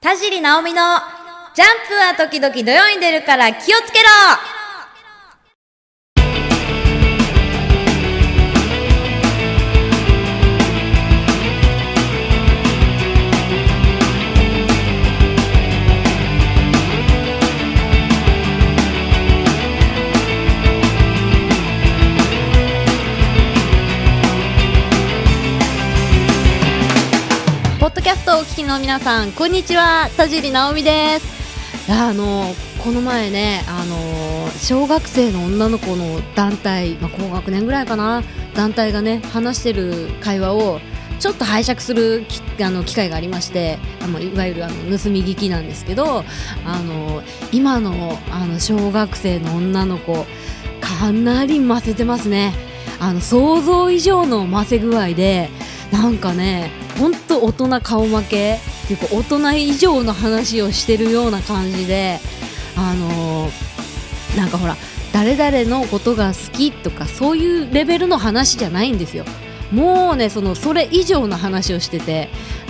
田尻直美のジャンプは時々土曜に出るから気をつけろ。ポッドキャストをお聞きの皆さん、こんにちは。田尻直美です。この前ね、小学生の女の子の団体、高学年ぐらいかな、団体がね話してる会話をちょっと拝借する機会がありまして、いわゆる盗み聞きなんですけど、今の小学生の女の子かなりませてますね。想像以上のませ具合で、なんかね、ほんと大人顔負けっていうか、大人以上の話をしてるような感じで、なんかほら、誰々のことが好きとかそういうレベルの話じゃないんですよ。もうね、それ以上の話をしてて、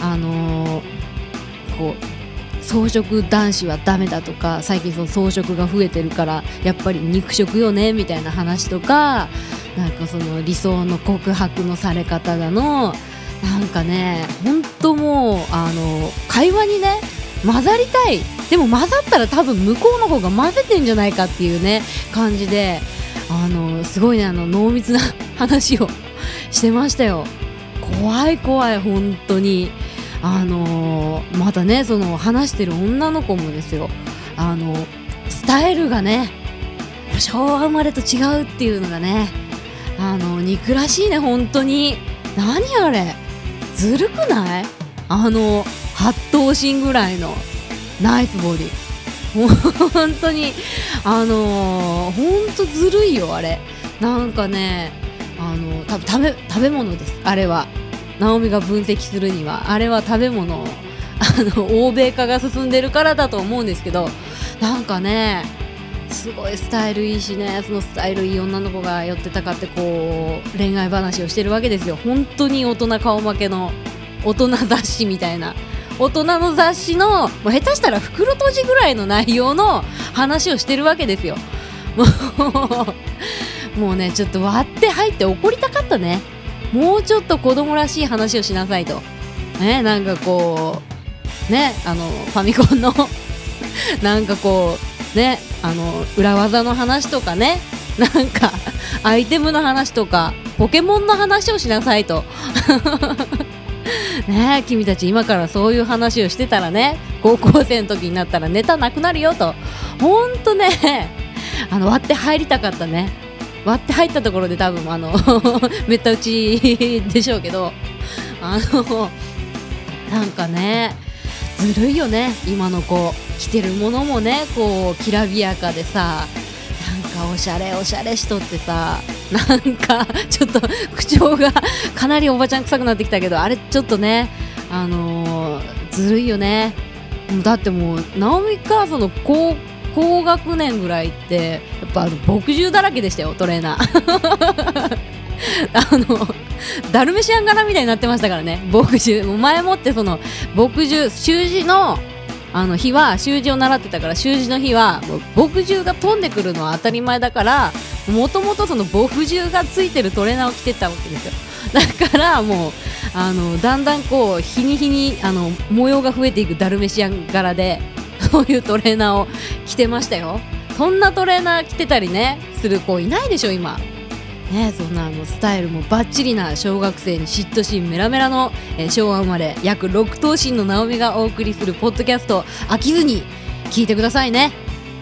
こう草食男子はダメだとか、最近草食が増えてるからやっぱり肉食よねみたいな話とか、なんか理想の告白のされ方だの、なんかね、ほんともう会話にね混ざりたい。でも混ざったら多分向こうの方が混ぜてんじゃないかっていうね感じで、すごいね、濃密な話をしてましたよ。怖い本当に。またね、話してる女の子もですよ、スタイルがね昭和生まれと違うっていうのがね、憎らしいね本当に。何あれ、ずるくない？8頭身ぐらいのナイスボディ、本当に本当ずるいよあれ。なんかね、多分食べ物です。あれは直美が分析するには、あれは食べ物、欧米化が進んでるからだと思うんですけど、なんかね、すごいスタイルいいしね、そのスタイルいい女の子が寄ってたかってこう恋愛話をしてるわけですよ。本当に大人顔負けの大人雑誌みたいな、大人の雑誌のもう下手したら袋閉じぐらいの内容の話をしてるわけですよ。もうね、ちょっと割って入って怒りたかったね。もうちょっと子供らしい話をしなさいと、なんかこうね、ファミコンのなんかこうね、裏技の話とかね、なんかアイテムの話とかポケモンの話をしなさいとね、君たち今からそういう話をしてたらね、高校生の時になったらネタなくなるよと。ほんとね、割って入りたかったね。割って入ったところで多分めった打ちでしょうけど、なんかね、ずるいよね今の子。着てるものもね、こうきらびやかでさ、なんかおしゃれしとってさ、なんかちょっと口調がかなりおばちゃん臭くなってきたけど、あれちょっとね、ずるいよね。だってもう直美か高学年ぐらいってやっぱ墨汁だらけでしたよ、トレーナー。ダルメシアン柄みたいになってましたからね、墨汁。もう前もって墨汁、習字の日は習字を習ってたから、習字の日はもう墨汁が飛んでくるのは当たり前だから、もともと墨汁がついてるトレーナーを着てたわけですよ。だからもうだんだんこう日に日に模様が増えていくダルメシアン柄で、そういうトレーナーを着てましたよ。そんなトレーナー着てたりねする子いないでしょ今ね。そんなスタイルもバッチリな小学生に嫉妬心メラメラの、昭和生まれ約6頭身の直美がお送りするポッドキャスト、飽きずに聞いてくださいね。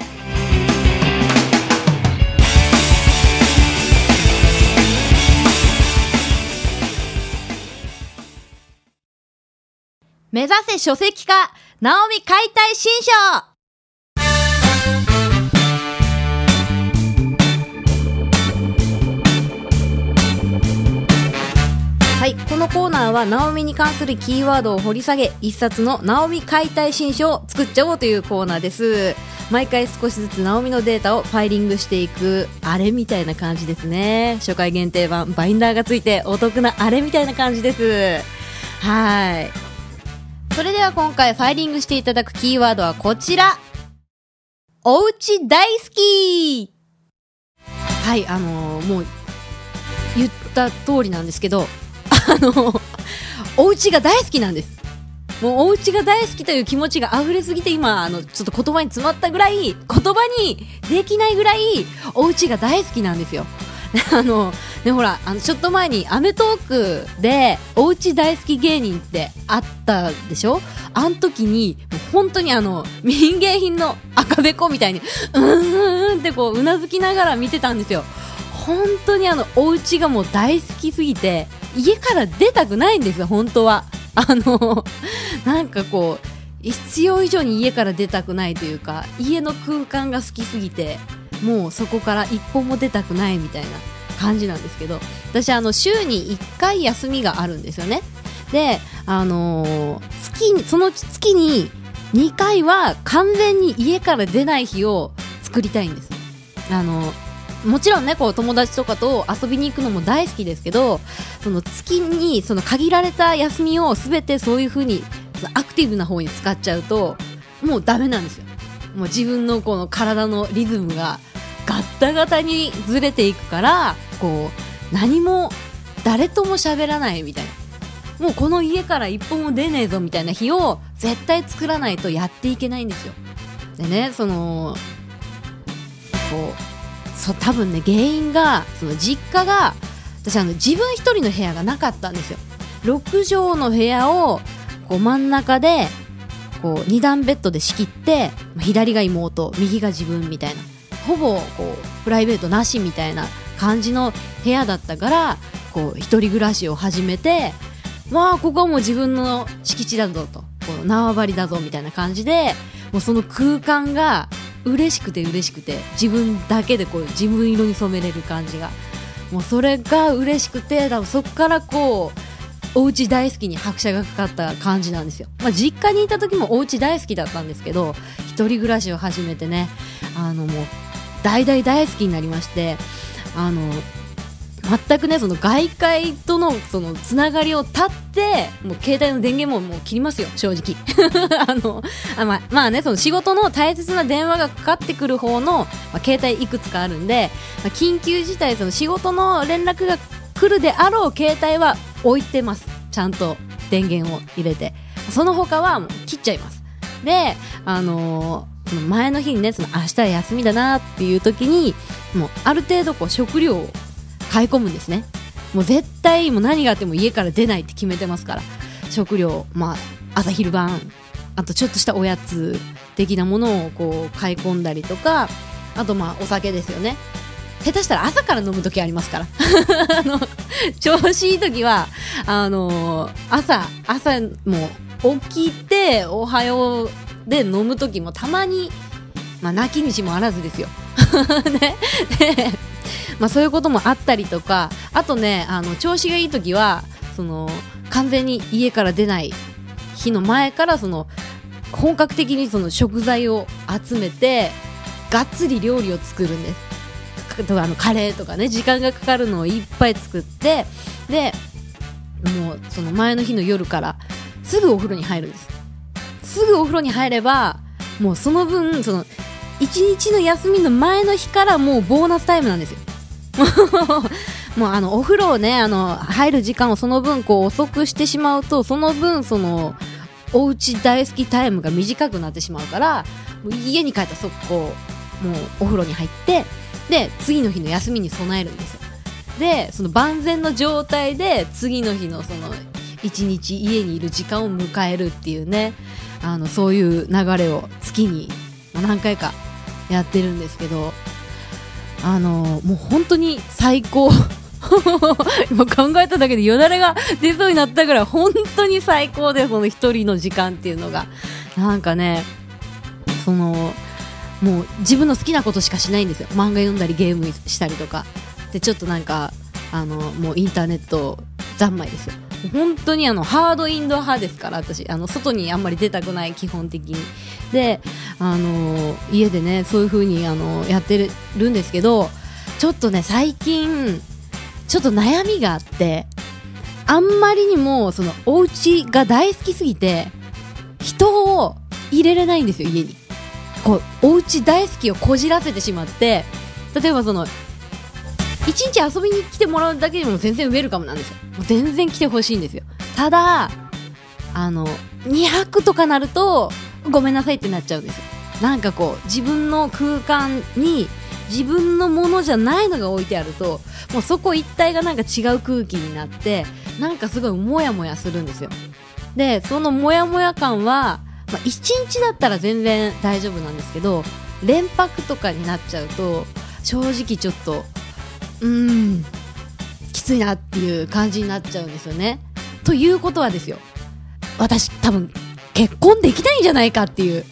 目指せ書籍化、直美解体新書。はい、このコーナーは直美に関するキーワードを掘り下げ、一冊の直美解体新書を作っちゃおうというコーナーです。毎回少しずつ直美のデータをファイリングしていく、あれみたいな感じですね。初回限定版バインダーがついてお得なあれみたいな感じです。はい、 それでは今回ファイリングしていただくキーワードはこちら。おうち大好き。はい、もう言った通りなんですけど、お家が大好きなんです。もうお家が大好きという気持ちが溢れすぎて、今ちょっと言葉に詰まったぐらい、言葉にできないぐらいお家が大好きなんですよ。ね、ほらちょっと前にアメトークでお家大好き芸人ってあったでしょ。あん時にもう本当に民芸品の赤べこみたいにってこううなずきながら見てたんですよ。本当にお家がもう大好きすぎて家から出たくないんですよ本当は。なんかこう必要以上に家から出たくないというか、家の空間が好きすぎてもうそこから一歩も出たくないみたいな感じなんですけど、私週に1回休みがあるんですよね。でその月に2回は完全に家から出ない日を作りたいんです。もちろんねこう友達とかと遊びに行くのも大好きですけど、その月にその限られた休みを全てそういう風にアクティブな方に使っちゃうともうダメなんですよ。もう自分のこの体のリズムがガッタガタにずれていくから、こう何も誰とも喋らないみたいな、もうこの家から一歩も出ねえぞみたいな日を絶対作らないとやっていけないんですよ。でね多分ね原因がその実家が、私自分一人の部屋がなかったんですよ。6畳の部屋をこう真ん中でこう2段ベッドで仕切って、左が妹右が自分みたいな、ほぼこうプライベートなしみたいな感じの部屋だったから、こう一人暮らしを始めて、ここはもう自分の敷地だぞと、こう縄張りだぞみたいな感じで、もうその空間が嬉しくて自分だけでこう自分色に染めれる感じが、もうそれが嬉しくて、そこからこうお家大好きに拍車がかかった感じなんですよ。実家にいた時もお家大好きだったんですけど、一人暮らしを始めてね、もう大好きになりまして、全くねその外界とのそのつながりを断って、もう携帯の電源もう切りますよ正直。まあね、その仕事の大切な電話がかかってくる方の、携帯いくつかあるんで、緊急事態その仕事の連絡が来るであろう携帯は置いてます。ちゃんと電源を入れて、その他はもう切っちゃいます。でその前の日にね、その明日休みだなっていう時にもうある程度こう食料を買い込むんですね。もう絶対もう何があっても家から出ないって決めてますから、食料、朝昼晩、あとちょっとしたおやつ的なものをこう買い込んだりとか、あとお酒ですよね。下手したら朝から飲む時ありますから調子いい時は朝もう起きておはようで飲む時もたまに、泣きにしもあらずですよね。でそういうこともあったりとか、あとね調子がいい時はその完全に家から出ない日の前からその本格的にその食材を集めてがっつり料理を作るんです。カレーとかね、時間がかかるのをいっぱい作って、でもうその前の日の夜からすぐお風呂に入るんです。すぐお風呂に入ればもうその分その一日の休みの前の日からもうボーナスタイムなんですよ。もうお風呂をね入る時間をその分こう遅くしてしまうと、その分そのおうち大好きタイムが短くなってしまうから、もう家に帰ったら速攻もうお風呂に入って、で次の日の休みに備えるんですよ。でその万全の状態で次の日のその一日家にいる時間を迎えるっていうね、そういう流れを月に何回かやってるんですけど、もう本当に最高今考えただけでよだれが出そうになったぐらい本当に最高で、その一人の時間っていうのがなんかね、そのもう自分の好きなことしかしないんですよ。漫画読んだりゲームしたりとかで、ちょっとなんかもうインターネット三昧ですよ。本当にハードインドア派ですから、私外にあんまり出たくない、基本的に。で家でねそういう風にやってるんですけど、ちょっとね最近ちょっと悩みがあって、あんまりにもそのお家が大好きすぎて人を入れれないんですよ、家に。こうお家大好きをこじらせてしまって、例えばその一日遊びに来てもらうだけでも全然ウェルカムなんですよ。もう全然来てほしいんですよ。ただ2泊とかなるとごめんなさいってなっちゃうんですよ。なんかこう自分の空間に自分のものじゃないのが置いてあると、もうそこ一体がなんか違う空気になって、なんかすごいモヤモヤするんですよ。でそのモヤモヤ感は、1日だったら全然大丈夫なんですけど、連泊とかになっちゃうと正直ちょっときついなっていう感じになっちゃうんですよね。ということはですよ、私多分結婚できないんじゃないかっていう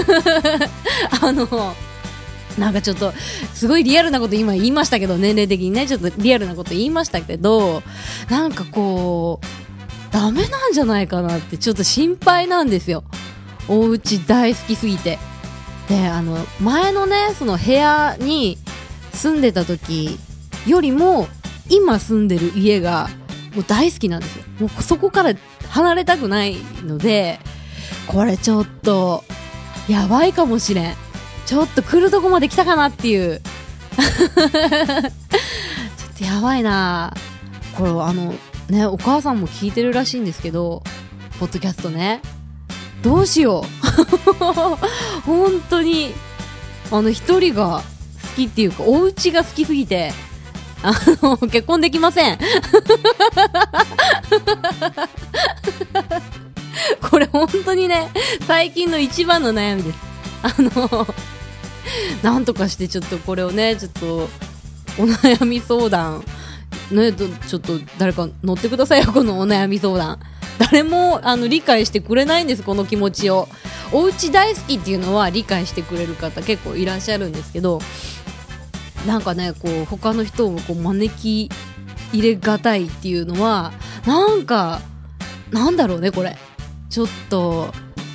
なんかちょっとすごいリアルなこと今言いましたけど、年齢的にねちょっとリアルなこと言いましたけど、なんかこうダメなんじゃないかなってちょっと心配なんですよ。お家大好きすぎて。で前のねその部屋に住んでた時よりも今住んでる家がもう大好きなんですよ。もうそこから離れたくないので、これちょっとやばいかもしれん。ちょっと来るとこまで来たかなっていうちょっとやばいなこれ。ね、お母さんも聞いてるらしいんですけど、ポッドキャストね、どうしよう本当に一人が好きっていうか、お家が好きすぎて結婚できませんこれ本当にね最近の一番の悩みです。なんとかしてちょっとこれをねちょっとお悩み相談ね、ちょっと誰か乗ってくださいよ、このお悩み相談。誰も理解してくれないんです、この気持ちを。お家大好きっていうのは理解してくれる方結構いらっしゃるんですけど、なんかねこう他の人をこう招き入れがたいっていうのはなんかなんだろうね、これちょっと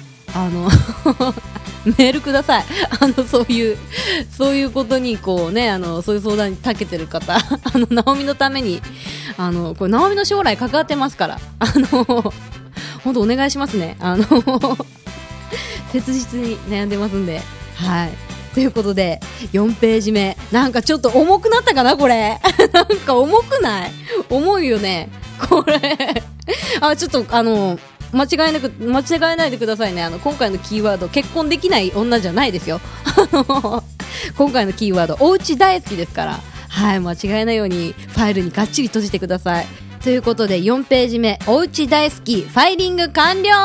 メールください。そういうことにこうねそういう相談に長けてる方直美のためにこれ直美の将来関わってますから本当お願いしますね。切実に悩んでますんで、はい。ということで4ページ目、なんかちょっと重くなったかなこれなんか重くない？重いよねこれちょっと間違えないでくださいね。今回のキーワード結婚できない女じゃないですよ今回のキーワードお家大好きですから、はい、間違えないようにファイルにがっちり閉じてください。ということで4ページ目、お家大好きファイリング完了。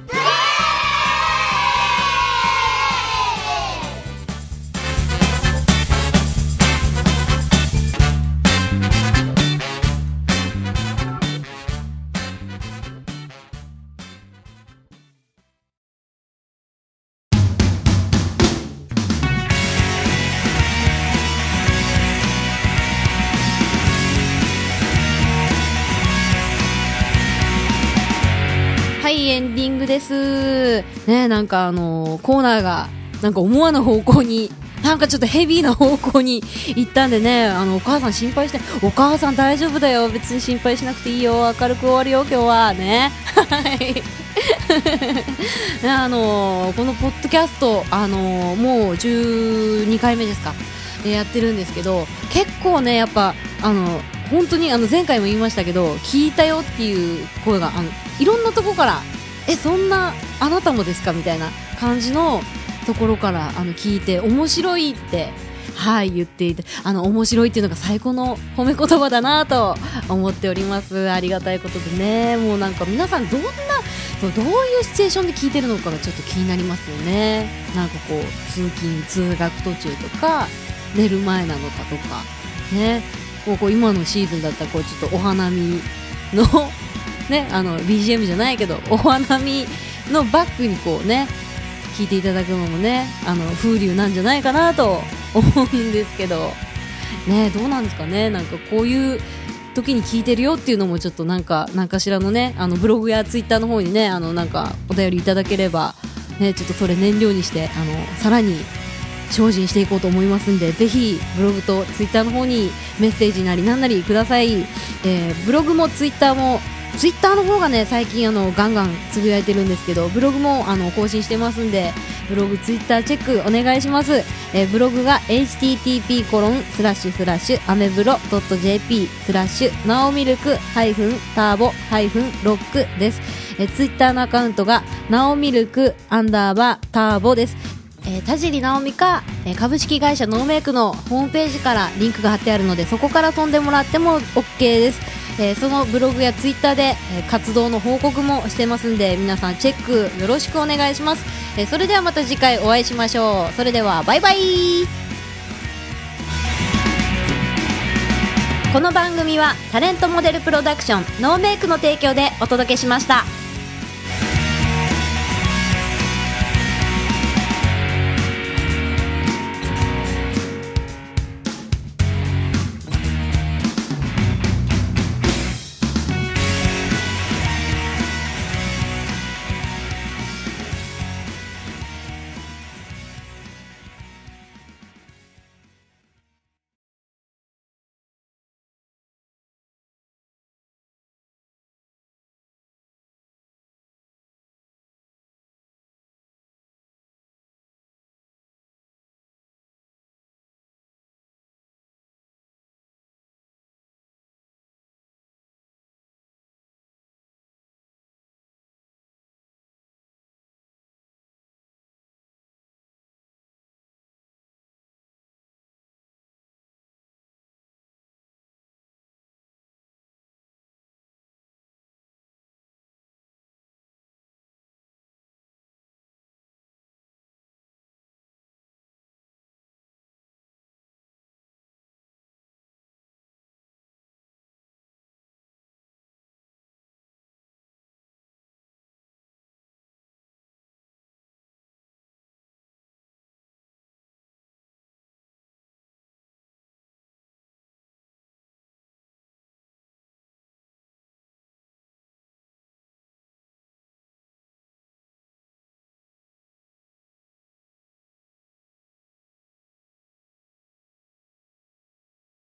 エンディングですね。なんかコーナーがなんか思わぬ方向に、なんかちょっとヘビーな方向に行ったんでね、お母さん心配して、お母さん大丈夫だよ、別に心配しなくていいよ、明るく終わるよ今日はねはいね、このポッドキャストもう12回目ですかでやってるんですけど、結構ねやっぱ本当に前回も言いましたけど、聞いたよっていう声がいろんなとこからそんなあなたもですかみたいな感じのところから聞いて面白いってはい言っていて、面白いっていうのが最高の褒め言葉だなと思っております。ありがたいことでね、もうなんか皆さんどういうシチュエーションで聞いてるのかがちょっと気になりますよね。なんかこう通勤通学途中とか寝る前なのかとかね、こう今のシーズンだったらこうちょっとお花見のね、BGM じゃないけどお花見のバックにこうね聞いていただくのもね風流なんじゃないかなと思うんですけどね、どうなんですかね。なんかこういう時に聞いてるよっていうのもちょっとなんかしらのねブログやツイッターの方にねなんかお便りいただければね、ちょっとそれ燃料にしてさらに精進していこうと思いますんで、ぜひブログとツイッターの方にメッセージなりなんなりください。ブログもツイッターもツイッターの方がね最近ガンガンつぶやいてるんですけど、ブログも更新してますんで、ブログツイッターチェックお願いします。ブログが http:// アメブロ .jp/ ナオミルクターボロックです。ツイッターのアカウントがナオミルク_ターボです。田尻直美か、株式会社ノーメイクのホームページからリンクが貼ってあるので、そこから飛んでもらっても OK です。そのブログやツイッターで、活動の報告もしてますんで、皆さんチェックよろしくお願いします。それではまた次回お会いしましょう。それではバイバイ。この番組はタレントモデルプロダクションノーメイクの提供でお届けしました。